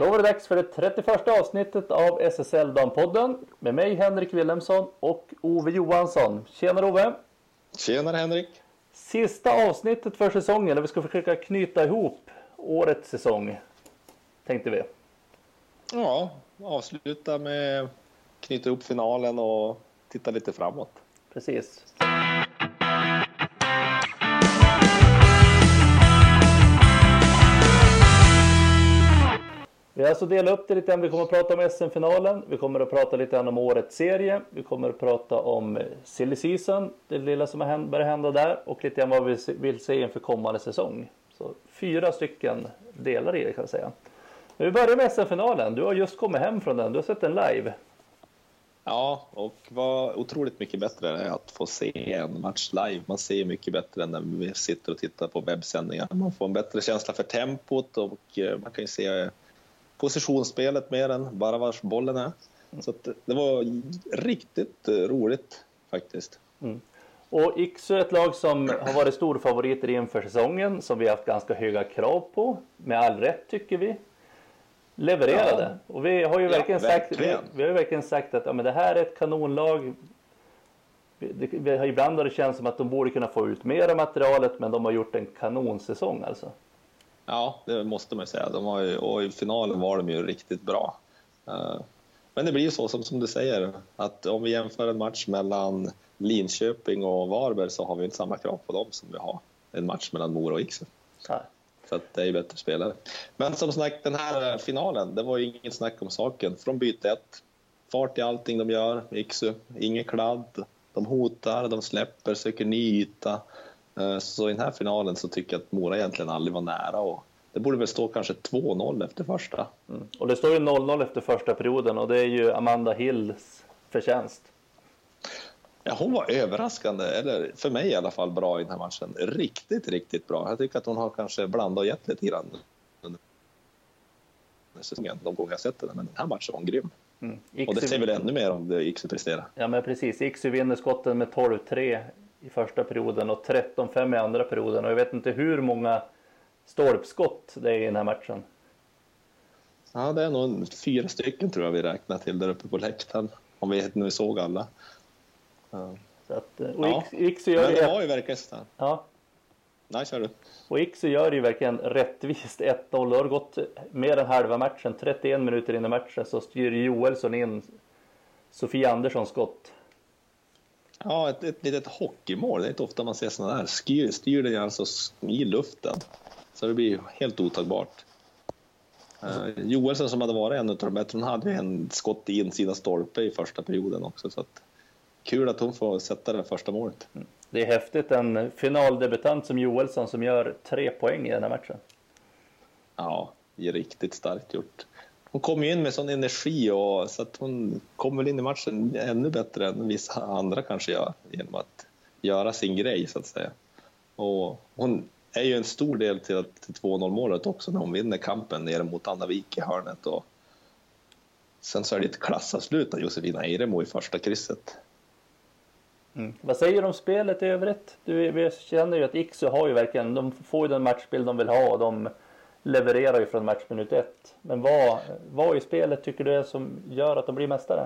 Då var det dags för det 31 avsnittet av SSL-dampodden med mig Henrik Wilhelmsson och Ove Johansson. Tjena Ove! Tjena Henrik! Sista avsnittet för säsongen där vi ska försöka knyta ihop årets säsong, tänkte vi. Ja, avsluta med knyta ihop finalen och titta lite framåt. Precis. Vi har alltså delat upp det lite grann. Vi kommer att prata om SM-finalen. Vi kommer att prata lite grann om årets serie. Vi kommer att prata om silly season, det lilla som har börjat hända där. Och lite grann vad vi vill se inför kommande säsong. Så 4 stycken delar i det, kan jag säga. Men vi börjar med SM-finalen. Du har just kommit hem från den. Du har sett den live. Ja, och vad otroligt mycket bättre är att få se en match live. Man ser mycket bättre än när vi sitter och tittar på webbsändningar. Man får en bättre känsla för tempot och man kan ju se positionsspelet mer än bara vars bollen är. Så att det var riktigt roligt faktiskt. Mm. Och Iksu är ett lag som har varit stor favoriter inför säsongen, som vi har haft ganska höga krav på, med all rätt tycker vi. Levererade. Ja. Och vi har ju verkligen sagt att ja, men det här är ett kanonlag. Ibland har det känts som att de borde kunna få ut mer av materialet, men de har gjort en kanonsäsong alltså. Ja, det måste man säga. Och i finalen var de ju riktigt bra. Men det blir ju så som du säger, att om vi jämför en match mellan Linköping och Varberg så har vi inte samma krav på dem som vi har en match mellan Mora och Iksu. Så att det är ju bättre spelare. Men som sagt, den här finalen, det var ju inget snack om saken. Från byte 1, fart i allting de gör, Iksu, ingen kladd. De hotar, de släpper, söker ny yta. Så i den här finalen så tycker jag att Mora egentligen aldrig var nära. Och det borde väl stå kanske 2-0 efter första. Mm. Och det står ju 0-0 efter första perioden och det är ju Amanda Hills förtjänst. Ja, hon var överraskande, eller för mig i alla fall, bra i den här matchen. Riktigt, riktigt bra. Jag tycker att hon har kanske blandat och gett lite grann under säsongen. De gånger jag sett det, men den här matchen var hon grym. Mm. Och det ser väl ännu mer om det Iksu presterar. Ja, men precis. Iksu vinner skotten med 12-3 i första perioden och 13-5 i andra perioden. Och jag vet inte hur många stolpskott det är i den här matchen. Ja, det är nog 4 stycken tror jag vi räknar till där uppe på läktaren. Om vi nu såg alla. Så att, Iksu gör men det var ju verkligen så. Ja. Nej, kör du. Och Iksu gör ju verkligen rättvist 1-0. Det har gått mer än halva matchen. 31 minuter in i matchen så styr Joelsson in Sofia Anderssons skott. Ja, ett litet hockeymål. Det är inte ofta man ser sådana där. Styr det alltså i luften. Så det blir helt otagbart. Joelsson som hade varit en av de bättre, hon hade ju en skott i insida stolpe i första perioden också. Så att, kul att hon får sätta det första målet. Det är häftigt, en finaldebutant som Joelsson som gör 3 poäng i den här matchen. Ja, det är riktigt starkt gjort. Hon kom in med sån energi och så att hon kommer in i matchen ännu bättre än vissa andra kanske gör genom att göra sin grej så att säga. Och hon är ju en stor del till 2-0 målet också när hon vinner kampen ner mot Anna Wik i hörnet. Och sen så är det ett klassavslut av Josefina Eiremo i första krysset. Mm. Vad säger du om spelet i övrigt? Vi känner ju att Iksu har ju verkligen, de får ju den matchbild de vill ha och de levererar ju från matchminut 1. Men vad i spelet tycker du är som gör att de blir mästare?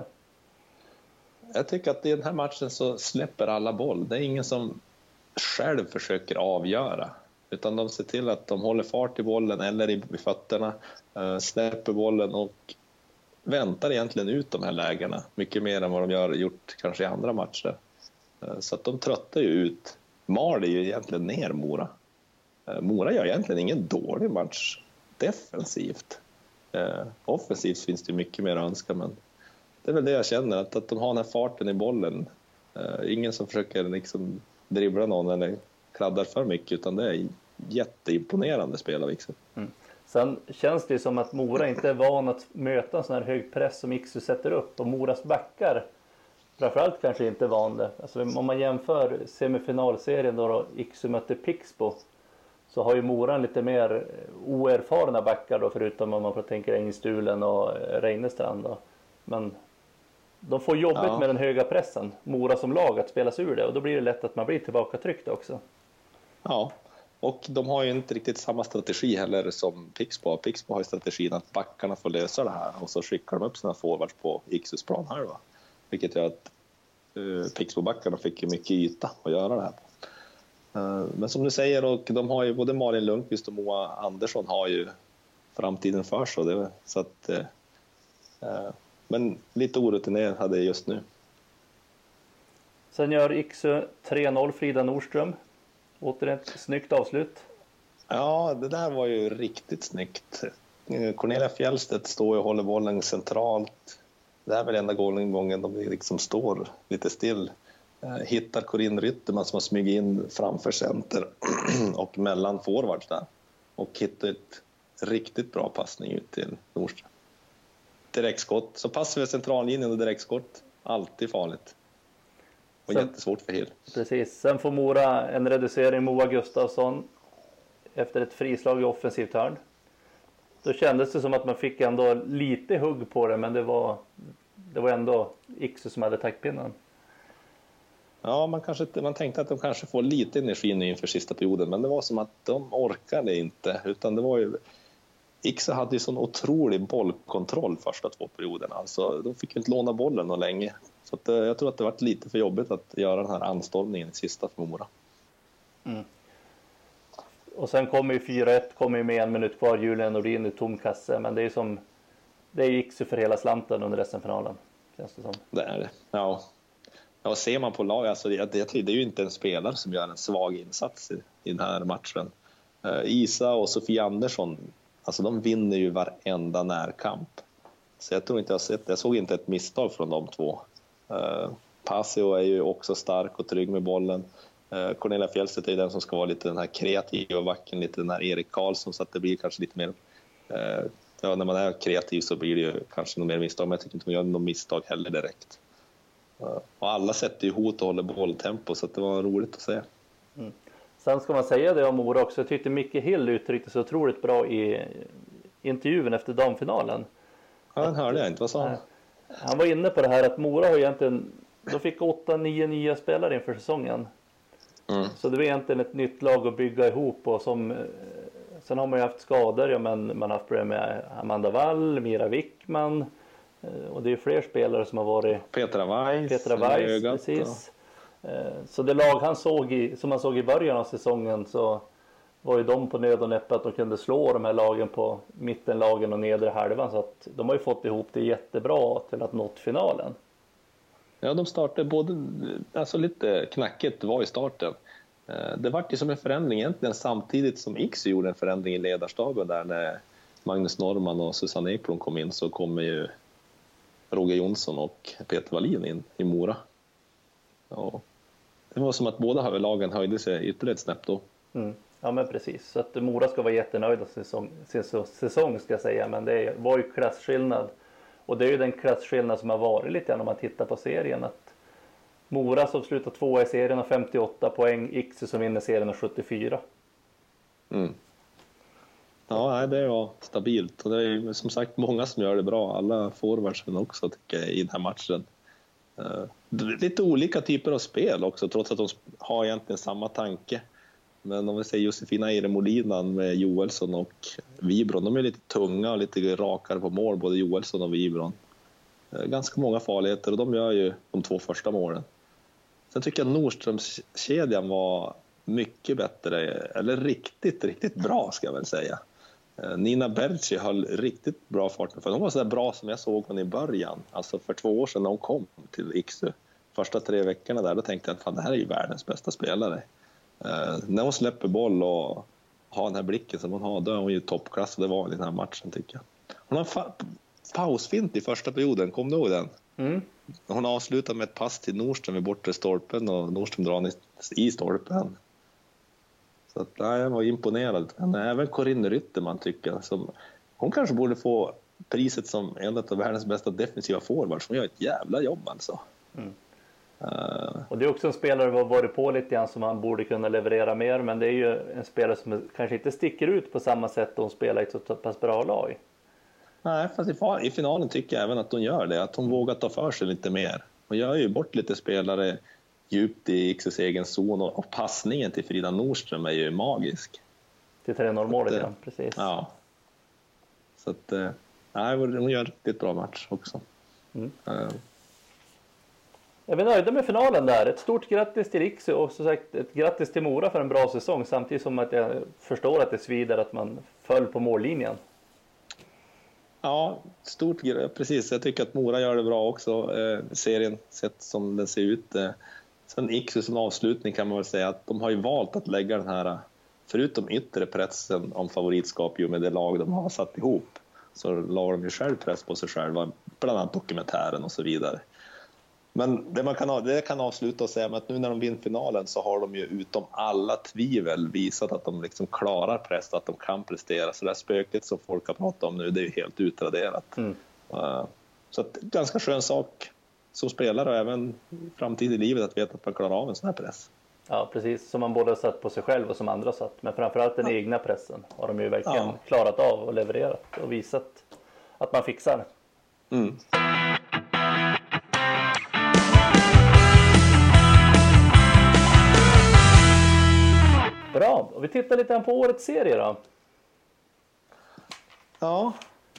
Jag tycker att i den här matchen så släpper alla boll. Det är ingen som själv försöker avgöra. Utan de ser till att de håller fart i bollen eller i fötterna. Släpper bollen och väntar egentligen ut de här lägena. Mycket mer än vad de gjort kanske i andra matcher. Så att de tröttar ju ut. Maler ju egentligen ner Mora. Mora gör egentligen ingen dålig match defensivt. Offensivt finns det mycket mer att önska, men det är väl det jag känner, att de har den här farten i bollen. Ingen som försöker liksom dribbla någon eller kladdar för mycket, utan det är jätteimponerande spel av Iksu. Mm. Sen känns det som att Mora inte är van att möta en sån här hög press som Iksu sätter upp, och Moras backar framförallt kanske inte är van det. Alltså om man jämför semifinalserien då Iksu mötte Pixbo, så har ju Mora lite mer oerfarna backar då, förutom om man tänker Engstulen och Reinestrand då. Men de får jobbigt med den höga pressen, Mora som lag, att spela sig ur det, och då blir det lätt att man blir tillbaka tryckt också. Ja, Och de har ju inte riktigt samma strategi heller som Pixbo. Pixbo har ju strategin att backarna får lösa det här och så skickar de upp sina forwards på Iksus plan här då. Vilket gör att Pixbo-backarna fick ju mycket yta att göra det här på. Men som du säger, och de har ju både Malin Lundqvist och Moa Andersson har ju framtiden för sig. Så att, men lite orutinerad hade jag just nu. Sen gör Iksu 3-0 Frida Nordström. Åter ett snyggt avslut. Ja, det där var ju riktigt snyggt. Cornelia Fjällstedt står och håller bollen centralt. Det är väl enda gången de liksom står lite still. Hittar Corinne Rytterman som har smugit in framför center och mellan forwards där. Och hittar ett riktigt bra passning ut till Nordström. Direktskott. Så passar vi centrallinjen och direktskott. Alltid farligt. Och jättesvårt för Hill. Precis. Sen får Mora en reducering. Moa Gustafsson efter ett frislag i offensivt hörn. Då kändes det som att man fick ändå lite hugg på det, men det var ändå Iksu som hade taktpinnen. Ja, man tänkte att de kanske får lite energi nu inför sista perioden, men det var som att de orkade inte, utan det var ju Iksu hade ju sån otrolig bollkontroll första 2 perioderna. Alltså, de fick ju inte låna bollen och länge. Så att, jag tror att det var lite för jobbigt att göra den här anstormningen i sista för Mora. Mm. Och sen kommer ju 4-1, kommer ju med 1 minut kvar, Julian Nordin i tom kasse. Men det är ju Iksu för hela slanten under SM-finalen, känns det som. Det är det, ja. Ja, ser man på lag, alltså det är ju inte en spelare som gör en svag insats i den här matchen. Isa och Sofia Andersson, alltså de vinner ju varenda närkamp. Så jag tror inte jag såg inte ett misstag från de två. Passio är ju också stark och trygg med bollen. Cornelia Fjällstedt är ju den som ska vara lite den här kreativa backen, lite den här Erik Karlsson, så att det blir kanske lite mer när man är kreativ så blir det ju kanske något mer misstag, men jag tycker inte hon gör något misstag heller direkt. Och alla sätter ju hot och håller bolltempo, så att det var roligt att se. Mm. Sen ska man säga det om Mora också. Jag tyckte Micke Hill uttryckte så otroligt bra i intervjun efter damfinalen. Ja, den hörde jag inte. Vad sa han? Han var inne på det här att Mora har egentligen, de fick 8-9 nya spelare inför säsongen. Mm. Så det var egentligen ett nytt lag att bygga ihop, och sen har man ju haft skador, ja, men man har haft problem med Amanda Wall, Mira Wickman, och det är fler spelare som har varit Petra Weiss, precis. Så det lag som han såg i början av säsongen, så var ju de på nöd och näppe att de kunde slå de här lagen på mittenlagen och nedre halvan, så att de har ju fått ihop det jättebra till att nå finalen. Ja, de startade alltså lite knackigt var i starten. Det var ju som en förändring egentligen samtidigt som Iksu gjorde en förändring i ledarstaben där när Magnus Norman och Susanne Eklund kom in, så kommer ju Roger Jonsson och Peter Wallin in i Mora. Ja, det var som att båda lagen höjde sig ytterligare ett snäpp då. Mm. Ja, men precis. Så att Mora ska vara jättenöjda sin säsong ska jag säga, men det var ju klassskillnad. Och det är ju den klassskillnad som har varit lite grann om man tittar på serien, att Mora som slutar 2 i serien har 58 poäng, Iksu som vinner serien har 74. Mm. Ja, det var stabilt, och det är som sagt många som gör det bra, alla forwardsen också tycker jag i den här matchen. Lite olika typer av spel också, trots att de har egentligen samma tanke. Men om vi säger Josefina Eire-Molinan med Joelsson och Wibron, de är lite tunga och lite rakare på mål, både Joelsson och Wibron. Ganska många farligheter, och de gör ju de 2 första målen. Sen tycker jag Nordströms kedjan var mycket bättre, eller riktigt bra ska jag väl säga. Nina Berci höll riktigt bra fart, för hon var så där bra som jag såg hon i början, alltså för 2 år sedan när hon kom till Iksu. Första 3 veckorna där, då tänkte jag att fan, det här är ju världens bästa spelare. När hon släpper boll och har den här blicken som hon har, då är hon ju toppklass, och det var i den här matchen tycker jag. Hon har pausfint i första perioden, kom du ihåg den? Mm. Hon avslutar med ett pass till Nordström i bortre stolpen, och Nordström drar i stolpen. Så att, nej, jag var imponerad. Även Corinne Rytterman tycker jag, hon kanske borde få priset som en av världens bästa defensiva forwards. Hon gör ett jävla jobb alltså. Mm. Och det är också en spelare som har varit på lite grann, som han borde kunna leverera mer, men det är ju en spelare som kanske inte sticker ut på samma sätt då hon spelar i ett så pass bra lag. Nej, fast i finalen tycker jag även att hon gör det, att hon vågar ta för sig lite mer. Hon gör ju bort lite spelare djupt i Iksus egen zon, och passningen till Frida Nordström är ju magisk. Till 3-0-målet, ja, precis. Ja. Så att, hon gör en riktigt bra match också. Är vi nöjda med finalen där? Ett stort grattis till Iksu och så sagt ett grattis till Mora för en bra säsong, samtidigt som att jag förstår att det svider att man föll på mållinjen. Ja, stort precis. Jag tycker att Mora gör det bra också. Serien sett som den ser ut. Sen Iksu som avslutning kan man väl säga att de har ju valt att lägga den här, förutom yttre pressen om favoritskap ju med det lag de har satt ihop, så la de ju själv press på sig själva, bland annat dokumentären och så vidare. Men det kan avsluta och säga att nu när de vinner finalen så har de ju utom alla tvivel visat att de liksom klarar press, att de kan prestera. Så det här spöket som folk har pratat om nu, det är ju helt utraderat. Så att, ganska skön sak som spelare och även framtid i livet att veta att man klarar av en sån här press. Ja, precis. Som man både har satt på sig själv och som andra satt. Men framförallt den egna pressen har de ju verkligen klarat av och levererat och visat att man fixar. Bra, och vi tittar lite på årets serie då. Ja,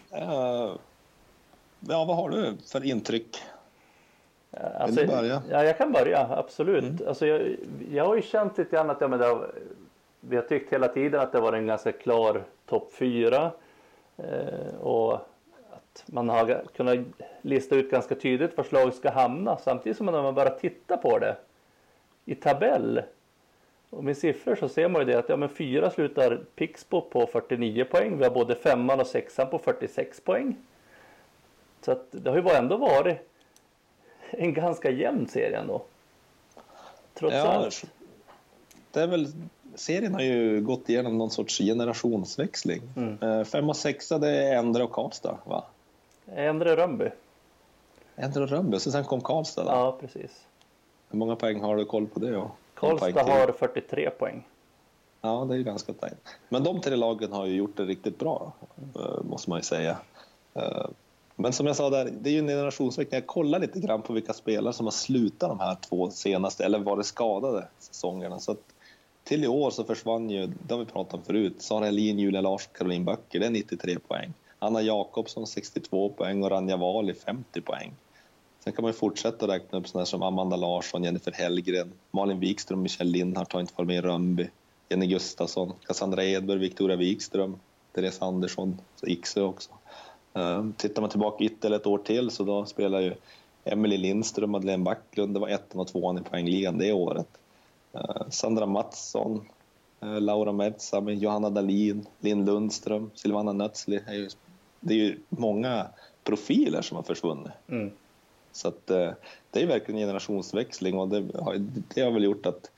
vad har du för intryck? Alltså, vill du börja? Ja, jag kan börja, absolut. Alltså, jag har ju känt lite grann att vi har tyckt hela tiden att det var en ganska klar topp 4. Och att man har kunnat lista ut ganska tydligt var slag ska hamna. Samtidigt som när man bara tittar på det i tabell och med siffror så ser man ju det att 4 slutar Pixbo på 49 poäng. Vi har både 5:an och 6:an på 46 poäng. Så att det har ju ändå varit en ganska jämn serie ändå. Trots allt. Det är väl, serien har ju gått igenom någon sorts generationsväxling. 5 och 6 det är Endre och Karlstad, va? Endre Rönnby. Endre och Rönnby, så sen kom Karlstad då? Ja, precis. Hur många poäng har du koll på det? Karlstad har 43 poäng. Ja, det är ju ganska tajt. Men de 3 lagen har ju gjort det riktigt bra, måste man ju säga. Men som jag sa där, det är ju en generationsväxling. Jag kollar lite grann på vilka spelare som har slutat de här 2 senaste eller var det skadade säsongerna. Så att till i år så försvann ju, det har vi pratat om förut, Sara Helin, Julia Larsson, Caroline Böcker, det är 93 poäng. Anna Jakobsson 62 poäng och Ranja Wali 50 poäng. Sen kan man ju fortsätta räkna upp sådana som Amanda Larsson, Jennifer Hellgren, Malin Wikström, Michelle Lindhardt har inte varit med i Rönnby, Jenny Gustafsson, Cassandra Edberg, Victoria Wikström, Therese Andersson, så Iksu också. Tittar man tillbaka ytterligare ett år till så då spelar ju Emily Lindström, Madeleine Backlund, det var 1 och 2 i poängligan det året. Sandra Mattsson, Laura Metzami, Johanna Dahlin, Linn Lundström, Silvana Nötzli. Det är ju många profiler som har försvunnit. Så att, det är verkligen en generationsväxling och det har väl gjort att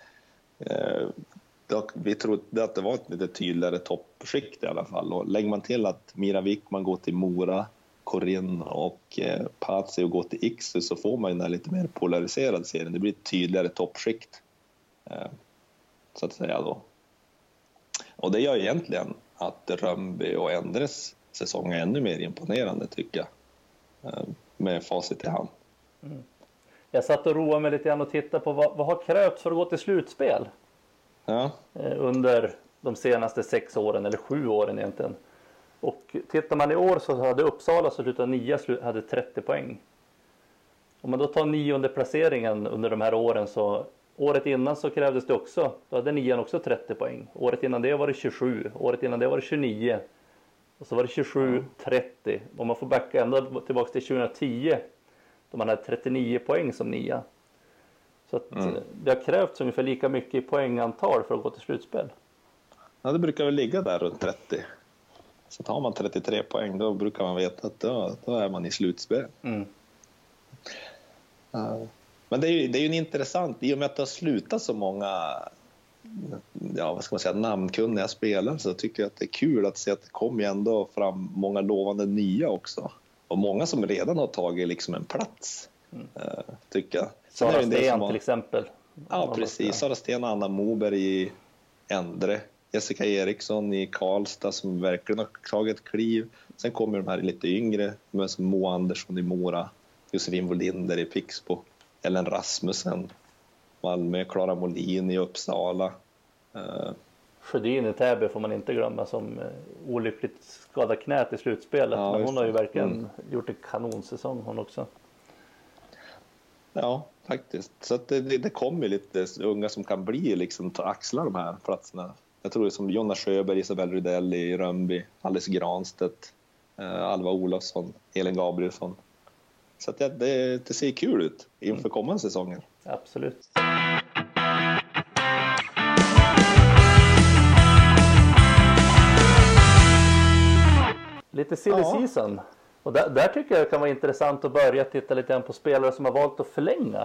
vi trodde att det var ett lite tydligare toppskikt i alla fall. Och lägger man till att Mira Wickman går till Mora, Corinne och Pazzi och går till Iksu, så får man ju den här lite mer polariserad serien. Det blir ett tydligare toppskikt, så att säga då. Och det gör egentligen att Rönnby och Endres säsong är ännu mer imponerande, tycker jag, med facit i hand. Jag satt och roade mig lite grann och tittade på vad har krävts för att gå till slutspel under de senaste 6 åren, eller 7 åren egentligen. Och tittar man i år så hade Uppsala så slutade 9 hade 30 poäng. Om man då tar 9:e placeringen under de här åren, så året innan så krävdes det också, då hade 9:an också 30 poäng. Året innan det var det 27, året innan det var det 29 och så var det 27, 30. Om man får backa ända tillbaka till 2010 då man hade 39 poäng som 9. Så att det har krävts ungefär lika mycket i poängantal för att gå till slutspel. Ja, det brukar väl ligga där runt 30. Så tar man 33 poäng, då brukar man veta att då är man i slutspel. Men det är ju en intressant, i och med att det har slutat så många namnkunniga spelare, så tycker jag att det är kul att se att det kommer ändå fram många lovande nya också. Och många som redan har tagit liksom en plats, tycker jag. Sara Sten till exempel. Ja, precis. Sara Sten och Anna Moberg i Endre. Jessica Eriksson i Karlstad som verkligen har tagit ett kliv. Sen kommer de här lite yngre, som Moa Andersson i Mora, Josefin Wolinder i Pixbo, Ellen Rasmussen Malmö, Klara Molin i Uppsala. Sjödin i Täby får man inte glömma, som olyckligt skadade knät i slutspelet. Ja, men hon har ju verkligen Mm. gjort en kanonsäsong hon också. Ja, faktiskt. Så att det kommer lite unga som kan bli liksom ta axla de här platserna. Jag tror det är som Jonna Sjöberg, Isabel Rydell i Rönnby, Alice Granstedt, Alva Olofsson, Elin Gabrielsson. Så att det ser kul ut inför kommande säsonger. Absolut. Lite silly season. Och där tycker jag det kan vara intressant att börja titta lite grann på spelare som har valt att förlänga.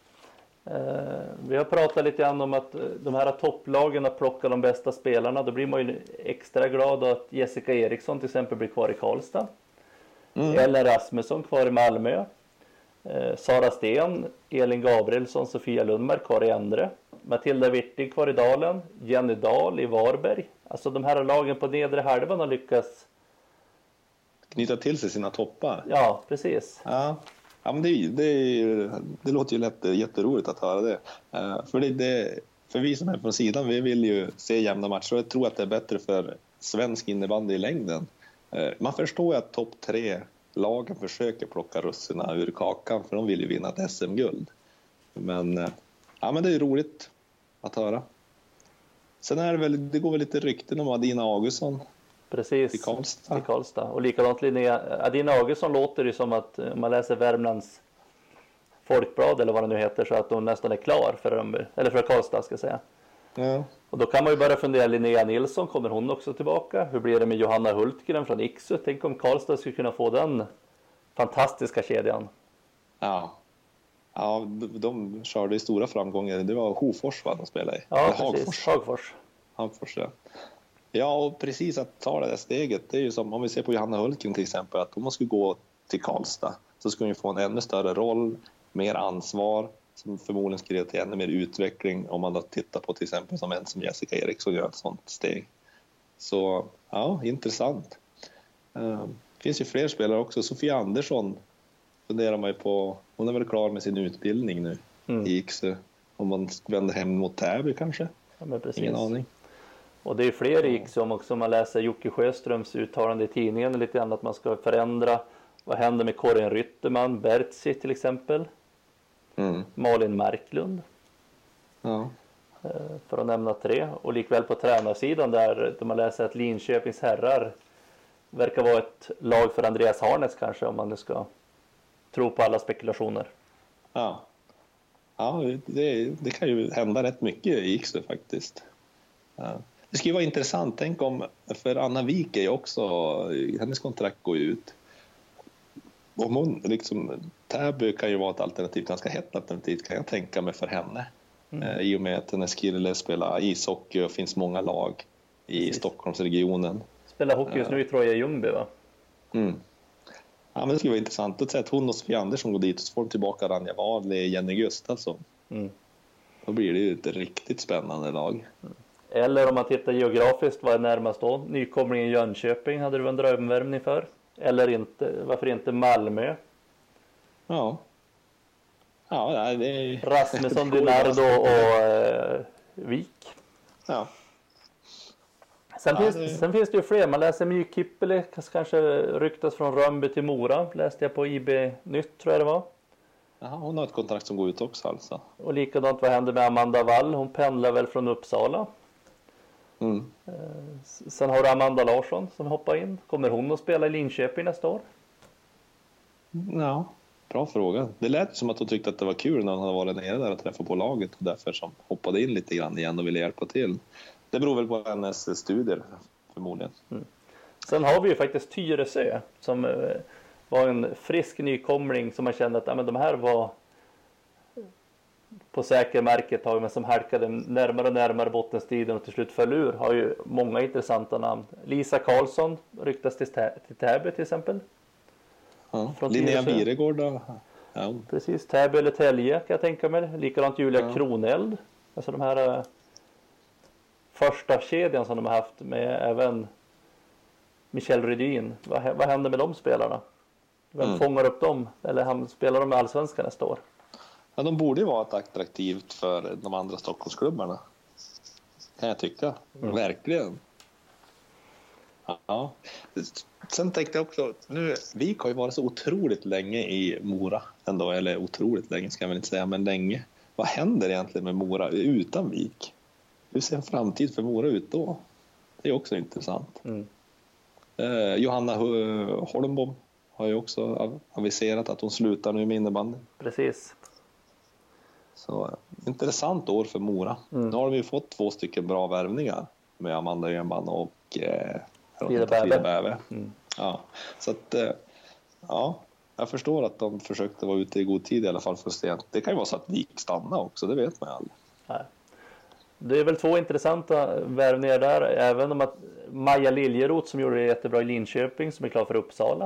Vi har pratat lite grann om att de här topplagen har plockat de bästa spelarna. Då blir man ju extra glad att Jessica Eriksson till exempel blir kvar i Karlstad. Ellen Rasmusson kvar i Malmö. Sara Sten, Elin Gabrielsson, Sofia Lundmark kvar i Endre. Matilda Wirtig kvar i Dalen. Jenny Dahl i Varberg. Alltså de här lagen på nedre halvan har lyckats knyta till sig sina toppar. Ja, precis. Ja, men det låter ju jätteroligt att höra det. För vi som är på sidan, vi vill ju se jämna matcher och jag tror att det är bättre för svensk innebandy i längden. Man förstår ju att topp 3-lagen försöker plocka russina ur kakan för de vill ju vinna ett SM-guld. Men det är roligt att höra. Sen är det går väl lite rykten om Adina Augustsson. Precis, i Karlstad. Och likadant Adina Augustsson låter det som att om man läser Värmlands Folkblad eller vad det nu heter, så att hon nästan är klar för Karlstad ska jag säga. Ja. Och då kan man ju börja fundera, Linnea Nilsson, kommer hon också tillbaka? Hur blir det med Johanna Hultgren från Iksu? Tänk om Karlstad skulle kunna få den fantastiska kedjan. Ja, de körde i stora framgångar. Det var Hofors de spelade i. Ja, precis. Hagfors, ja. Ja, och precis att ta det där steget. Det är ju som om vi ser på Johanna Hultgren till exempel, att om man skulle gå till Karlstad så skulle hon få en ännu större roll, mer ansvar, som förmodligen skulle leda till ännu mer utveckling om man då tittar på till exempel som en som Jessica Eriksson gör ett sånt steg. Så ja, intressant. Det finns ju fler spelare också. Sofia Andersson funderar man ju på, hon är väl klar med sin utbildning nu i Iksu. Om man vänder hem mot Täby kanske? Ja, men precis. Ingen aning. Och det är fler i Iksu också. Man läser Jocke Sjöströms uttalande i tidningen lite grann att man ska förändra. Vad händer med Karin Rytterman, Bertzi till exempel? Malin Marklund. Ja. För att nämna 3. Och likväl på tränarsidan där man läser att Linköpings herrar verkar vara ett lag för Andreas Harnes kanske, om man nu ska tro på alla spekulationer. Ja, det kan ju hända rätt mycket i Iksu faktiskt. Ja. Det skulle vara intressant, tänk om, för Anna Wik är ju också, hennes kontrakt går ut. Om hon liksom, Täby kan ju vara ett alternativ, ganska hett alternativ kan jag tänka mig för henne. I och med att hennes kille spelar ishockey och finns många lag i Stockholmsregionen. Spelar hockey just nu i Troja Ljungby, va? Ja, men det skulle vara intressant att säga att hon och Sofia Andersson går dit och så får de tillbaka Ranja Wadley, Jenny Gustafsson. Då blir det ju ett riktigt spännande lag. Eller om man tittar geografiskt, vad är närmast då? Nykomlingen Jönköping hade du en drömvärmning för? Eller inte, varför inte Malmö? Ja, det är... Rasmusson, Dinardo och Vik. Ja. Sen finns det ju fler. Man läser My Kippeli, kanske ryktas från Rönnby till Mora. Läste jag på IB Nytt, tror jag det var. Jaha, hon har ett kontrakt som går ut också alltså. Och likadant, vad händer med Amanda Wall? Hon pendlar väl från Uppsala. Sen har du Amanda Larsson som hoppar in. Kommer hon att spela i Linköping nästa år? Ja, bra fråga. Det lät som att hon tyckte att det var kul när hon hade varit nere där och träffat på laget och därför som hoppade in lite grann igen och ville hjälpa till. Det beror väl på hennes studier förmodligen. Sen har vi ju faktiskt Tyresö som var en frisk nykomling som man kände att de här var på säker mark ett tag, men som halkade närmare och närmare bottenstriden och till slut föll ur. Har ju många intressanta namn. Lisa Karlsson ryktas till Täby till exempel. Ja. Linnea Biregård då? Ja. Precis, Täby eller Tälje kan jag tänka mig. Likadant Julia Kroneld. Alltså de här första kedjan som de har haft med även Michel Rydin. Vad händer med de spelarna? Vem fångar upp dem? Eller spelar de med Allsvenskan nästa år? Ja, de borde ju vara ett attraktivt för de andra Stockholmsklubbarna. Kan jag tycka. Verkligen. Ja. Sen tänkte jag också, nu, Vik har ju varit så otroligt länge i Mora ändå, eller otroligt länge ska jag väl inte säga, men länge. Vad händer egentligen med Mora utan Vik? Hur ser en framtid för Mora ut då? Det är också intressant. Johanna Holmbom har ju också aviserat att hon slutar nu med innebandy. Precis. Så intressant år för Mora. Nu har de ju fått 2 stycken bra värvningar med Amanda Öhman och Frida Bäve. Ja, så att ja, jag förstår att de försökte vara ute i god tid i alla fall för att se. Det kan ju vara så att Vik stannar också, det vet man ju aldrig. Nej. Det är väl 2 intressanta värvningar där, även om att Maja Liljeroth som gjorde det jättebra i Linköping som är klar för Uppsala.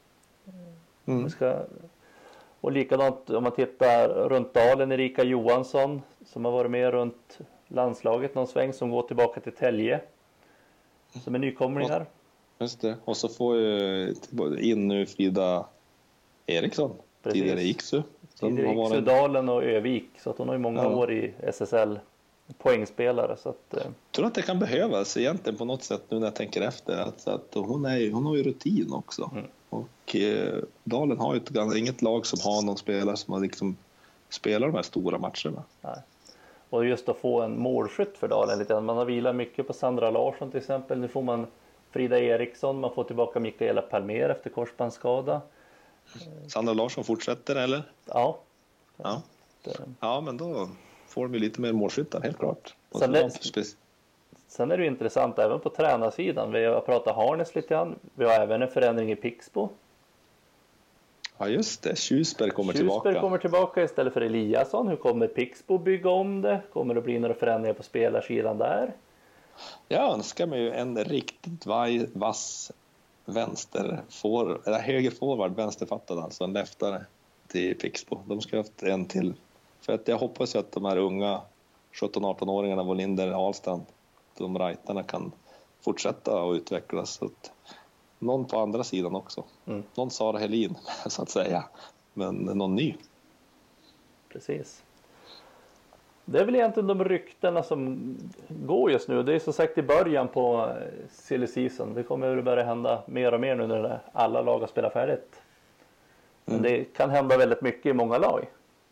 Och likadant om man tittar runt Dalen, Erika Johansson som har varit med runt landslaget någon sväng, som går tillbaka till Tälje som är nykomling här. Just det, och så får ju in nu Frida Eriksson. Precis. Tidigare Iksu. Tidigare Iksu, Dalen och Övik, så att hon har ju många år i SSL poängspelare. Så att, jag tror att det kan behövas egentligen på något sätt nu när jag tänker efter. Att hon har ju rutin också. Och Dalen har ju inget lag som har någon spelare som har liksom spelar de här stora matcherna. Nej. Och just att få en målskytt för Dalen lite. Man har vilat mycket på Sandra Larsson till exempel. Nu får man Frida Eriksson, man får tillbaka Mikaela Palmer efter korsbandsskada. Sandra Larsson fortsätter eller? Ja. Ja, men då får de ju lite mer målskyttar, helt klart. Sen är det ju intressant även på tränarsidan. Vi har pratat Harnes lite grann. Vi har även en förändring i Pixbo. Ja just det, Tjusberg kommer tillbaka. Tjusberg kommer tillbaka istället för Eliasson. Hur kommer Pixbo bygga om det? Kommer det bli några förändringar på spelarsidan där? Jag önskar mig ju en riktigt vass högerforward, vänsterfattad alltså, en leftare till Pixbo. De ska ha haft en till. För att jag hoppas ju att de här unga 17-18-åringarna, Volinder, Ahlstrand, de rightarna kan fortsätta och utvecklas. Så att någon på andra sidan också. Någon Sara Helin så att säga. Men någon ny. Precis. Det är väl egentligen de ryktena som går just nu. Det är så sagt i början på silly season. Det kommer att börja hända mer och mer nu när alla lag har spelat färdigt. Men det kan hända väldigt mycket i många lag.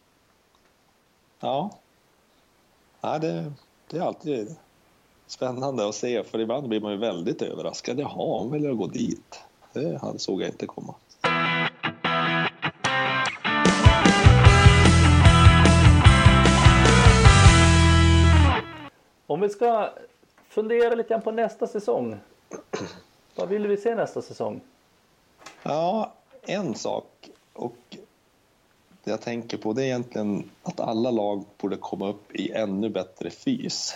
Ja. Det är alltid spännande att se. För ibland blir man ju väldigt överraskad. Jaha, hon vill gå dit. Det såg jag inte komma. Om vi ska fundera lite grann på nästa säsong. Vad vill vi se nästa säsong? Ja, en sak. Och det jag tänker på det är egentligen att alla lag borde komma upp i ännu bättre fys.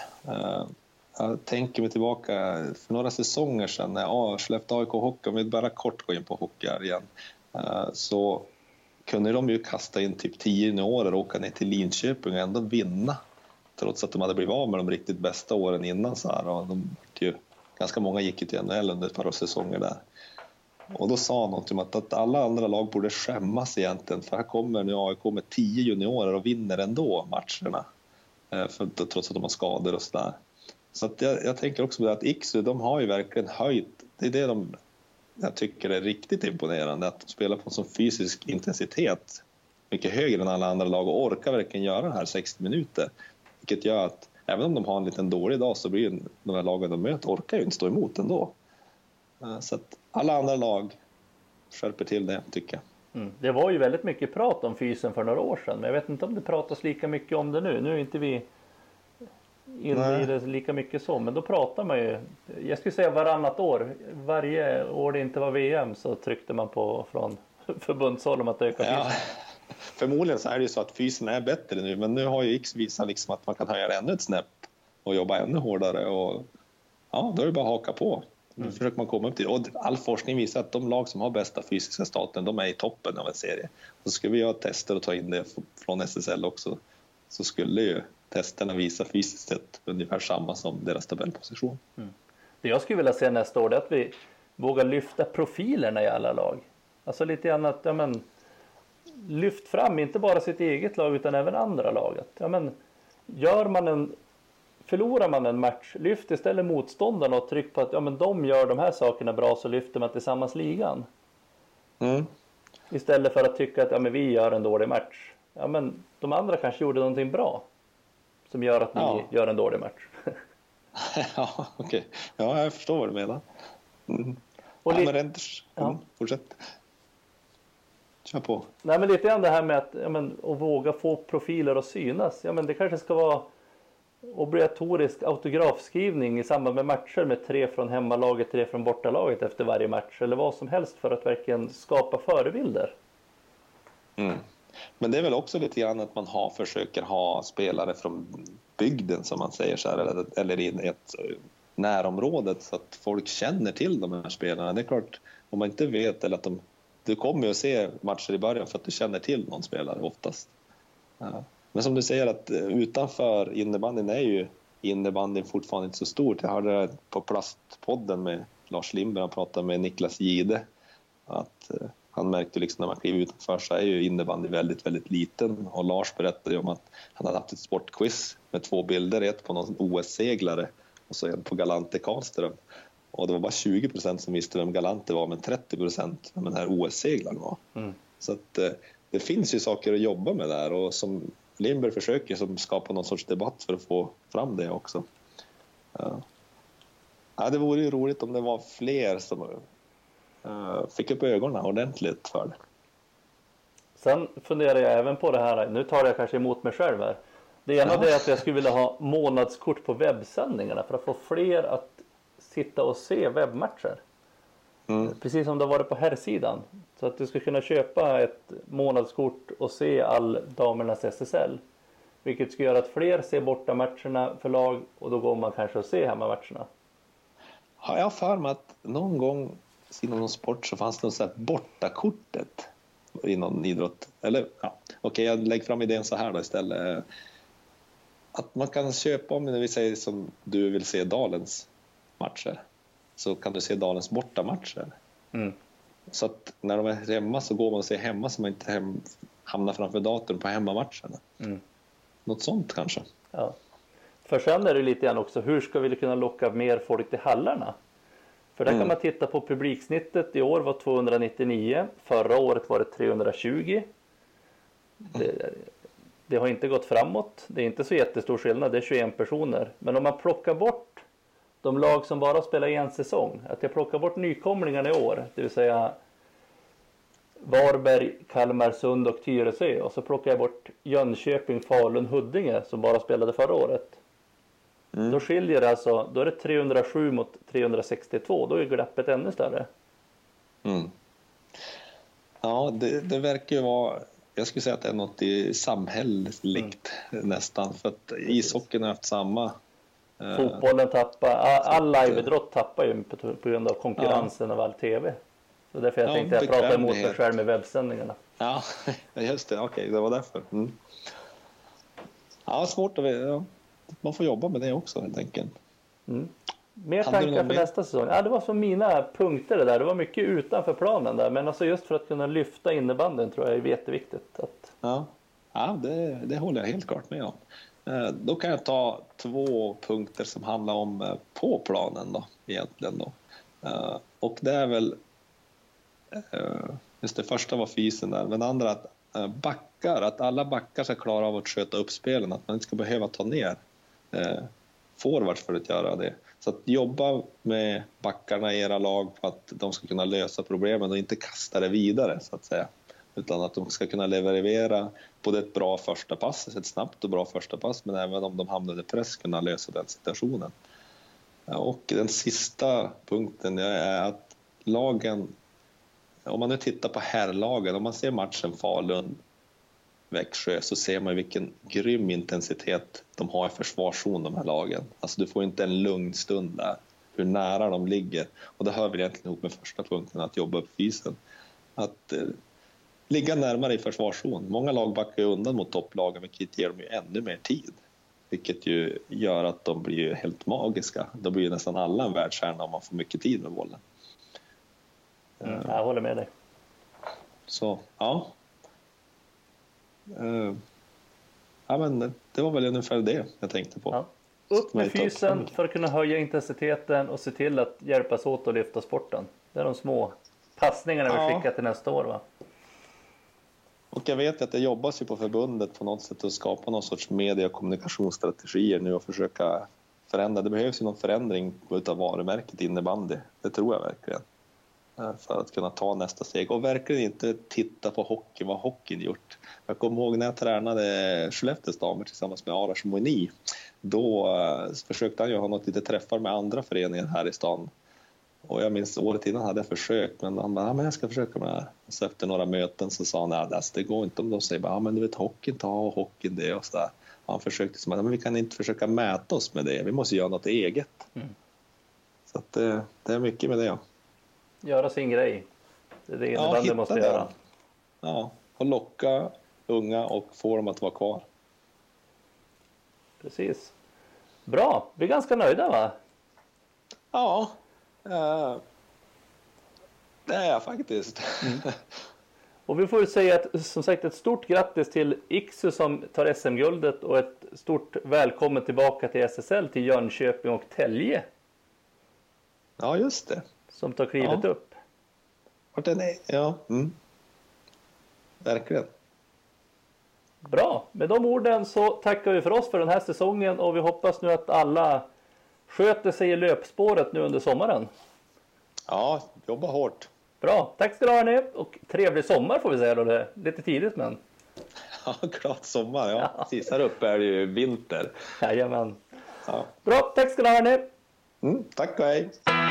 Jag tänker mig tillbaka för några säsonger sedan när Skellefteå AIK Hockey, om vi bara kort går in på hockey här igen, så kunde de ju kasta in typ 10 juniorer och åka ner till Linköping och ändå vinna. Trots att de hade blivit av med de riktigt bästa åren innan. Så här, och ganska många gick till NHL under ett par säsonger där. Och då sa något om att alla andra lag borde skämmas egentligen. För här kommer nu AIK med 10 juniorer och vinner ändå matcherna. Trots att de har skador och sådär. Så att jag tänker också på det att Iksu, de har ju verkligen höjt. Det är det jag tycker är riktigt imponerande. Att de spelar på en sån fysisk intensitet. Mycket högre än alla andra lag och orkar verkligen göra det här 60 minuter. Vilket gör att även om de har en liten dålig dag så blir de här lagen de möter orkar ju inte stå emot ändå. Så att alla andra lag skärper till det, tycker jag. Det var ju väldigt mycket prat om fysen för några år sedan. Men jag vet inte om det pratas lika mycket om det nu. Nu är inte vi inne i det lika mycket så. Men då pratar man ju, jag skulle säga varannat år. Varje år det inte var VM så tryckte man på från förbundshåll om att öka fysen. Ja. Förmodligen så är det ju så att fysen är bättre nu. Men nu har ju X visat liksom att man kan höja ännu ett snäpp och jobba ännu hårdare. Och ja, då är det bara att haka på. Nu försöker man komma upp till. Och all forskning visar att de lag som har bästa fysiska staten, de är i toppen av en serie. Och så ska vi göra tester och ta in det från SSL också. Så skulle ju testerna visa fysiskt sett ungefär samma som deras tabellposition. Det jag skulle vilja se nästa år är att vi vågar lyfta profilerna i alla lag. Alltså lite grann att lyft fram inte bara sitt eget lag utan även andra laget. Ja, men förlorar man en match, lyft istället motståndarna och tryck på att ja, men de gör de här sakerna bra, så lyfter man tillsammans ligan. Istället för att tycka att ja, men vi gör en dålig match. Ja, men de andra kanske gjorde någonting bra som gör att ni gör en dålig match. Ja, okej. Ja, jag förstår vad du menar. Och fortsätt. Kör på. Nej, men lite grann det här med att våga få profiler att synas. Ja, men det kanske ska vara obligatorisk autografskrivning i samband med matcher med 3 från hemmalaget, 3 från bortalaget efter varje match. Eller vad som helst för att verkligen skapa förebilder. Men det är väl också lite grann att man försöker ha spelare från bygden, som man säger så här, eller i ett närområde, så att folk känner till de här spelarna. Det är klart, om man inte vet, eller att du kommer ju att se matcher i början för att du känner till någon spelare oftast. Ja. Men som du säger, att utanför innebandyn är ju innebandyn fortfarande inte så stort. Jag hörde det på Plastpodden med Lars Lindberg, han pratade med Niklas Gide, att han märkte liksom när man kliver utanför så är ju innebandy väldigt, väldigt liten. Och Lars berättade ju om att han hade haft ett sportquiz med 2 bilder, ett på någon OS-seglare och så en på Galante Karlström. Och det var bara 20% som visste vem Galante var, men 30% vem den här OS-seglaren var. Så att det finns ju saker att jobba med där, och som Lindberg försöker skapa någon sorts debatt för att få fram det också. Ja, det vore ju roligt om det var fler som fick upp ögonen ordentligt för det. Sen funderar jag även på det här, nu tar jag kanske emot mig själv här. Det ena är att jag skulle vilja ha månadskort på webbsändningarna för att få fler att sitta och se webbmatcher. Precis som det har varit på herrsidan. Så att du ska kunna köpa ett månadskort och se all damernas SSL. Vilket ska göra att fler ser borta matcherna för lag, och då går man kanske och ser hemmamatcherna. Har jag för mig att någon gång inom någon sport så fanns det något så här bortakortet i någon idrott. Eller okej, jag lägger fram idén så här då istället. Att man kan köpa, om vi säger som du vill se Dalens matcher, så kan du se Dalens bortamatcher. Så att när de är hemma så går man och ser hemma, så man inte hamnar framför datorn på hemmamatcherna. Något sånt kanske. Ja. För sen är det lite grann också, hur ska vi kunna locka mer folk till hallarna? För där kan man titta på publiksnittet. I år var 299. Förra året var det 320. Det har inte gått framåt. Det är inte så jättestor skillnad. Det är 21 personer. Men om man plockar bort de lag som bara spelar en säsong. Att jag plockar bort nykomlingarna i år. Det vill säga Varberg, Kalmarsund och Tyresö. Och så plockar jag bort Jönköping, Falun, Huddinge som bara spelade förra året. Då skiljer det alltså, då är det 307 mot 362. Då är glappet ännu större. Ja, det verkar ju vara, jag skulle säga att det är något i samhälleligt nästan. För att ishockeyn har haft samma. Fotbollen tappar, all liveidrott tappar ju på grund av konkurrensen av all tv. Så därför jag tänkte jag prata emot mig själv med webbsändningarna. Ja, just det. Okej, det var därför. Ja, svårt att veta. Man får jobba med det också helt enkelt. Mer tankar för nästa säsong? Ja, det var som mina punkter det där. Det var mycket utanför planen där. Men alltså just för att kunna lyfta innebanden tror jag är jätteviktigt. Ja, det håller jag helt klart med om. Då kan jag ta 2 punkter som handlar om på planen då, egentligen då. Och det är väl just det första var fysen där, men det andra att backar, att alla backar ska klara av att sköta upp spelen, att man inte ska behöva ta ner forwards för att göra det. Så att jobba med backarna i era lag på att de ska kunna lösa problemen och inte kasta det vidare så att säga. Utan att de ska kunna leverera både ett bra första pass, ett snabbt och bra första pass, men även om de hamnar i press kunna lösa den situationen. Och den sista punkten är att lagen, om man nu tittar på herrlagen, om man ser matchen Falun-Växjö så ser man vilken grym intensitet de har i försvarszon, de här lagen. Alltså du får inte en lugn stund där, hur nära de ligger. Och det hör väl egentligen ihop med första punkten, att jobba upp fysen. Att ligga närmare i försvarszon. Många lag backar undan mot topplagen, vilket ger dem ju ännu mer tid. Vilket ju gör att de blir helt magiska. Då blir nästan alla en världsstjärna om man får mycket tid med bollen. Jag håller med dig. Så, ja. Ja, men det var väl ungefär det jag tänkte på. Ja. Upp med fysen för att kunna höja intensiteten och se till att hjälpas åt att lyfta sporten. Det är de små passningarna vi skickar till nästa år, va? Och jag vet att det jobbas ju på förbundet på något sätt att skapa någon sorts media- och kommunikationsstrategier nu och försöka förändra. Det behövs ju någon förändring utav varumärket innebandy. Det tror jag verkligen. För att kunna ta nästa steg och verkligen inte titta på hockey, vad hockeyn gjort. Jag kommer ihåg när jag tränade Skellefteås damer tillsammans med Arash Moini. Då försökte han ju ha något lite träffar med andra föreningar här i stan. Och jag minns året innan hade jag försökt, men han bara, ja, men jag ska försöka med det här. Och så efter några möten så sa han, nej, det går inte om de säger bara, ja, men du vet, hockeyn tar och hockeyn det och så där. Han försökte som att, men vi kan inte försöka mäta oss med det, vi måste göra något eget. Så att det är mycket med det, ja. Göra sin grej. Det är det innebandy måste göra. Ja, och locka unga och få dem att vara kvar. Precis. Bra, vi är ganska nöjda, va? Ja, det är jag faktiskt. Och vi får ju säga att, som sagt, ett stort grattis till Iksu som tar SM-guldet och ett stort välkommen tillbaka till SSL till Jönköping och Tälje. Ja, just det. Som tar klivet upp. Vart den är? Ja, verkligen. Bra, med de orden så tackar vi för oss för den här säsongen och vi hoppas nu att alla sköter sig i löpspåret nu under sommaren. Ja, jobba hårt. Bra, tack ska du ha, hörni, och trevlig sommar får vi säga då, det är lite tidigt men. Ja, klart sommar, ja. Precis, här uppe är det ju vinter. Jajamän. Ja. Bra, tack ska du ha, hörni. Tack och hej.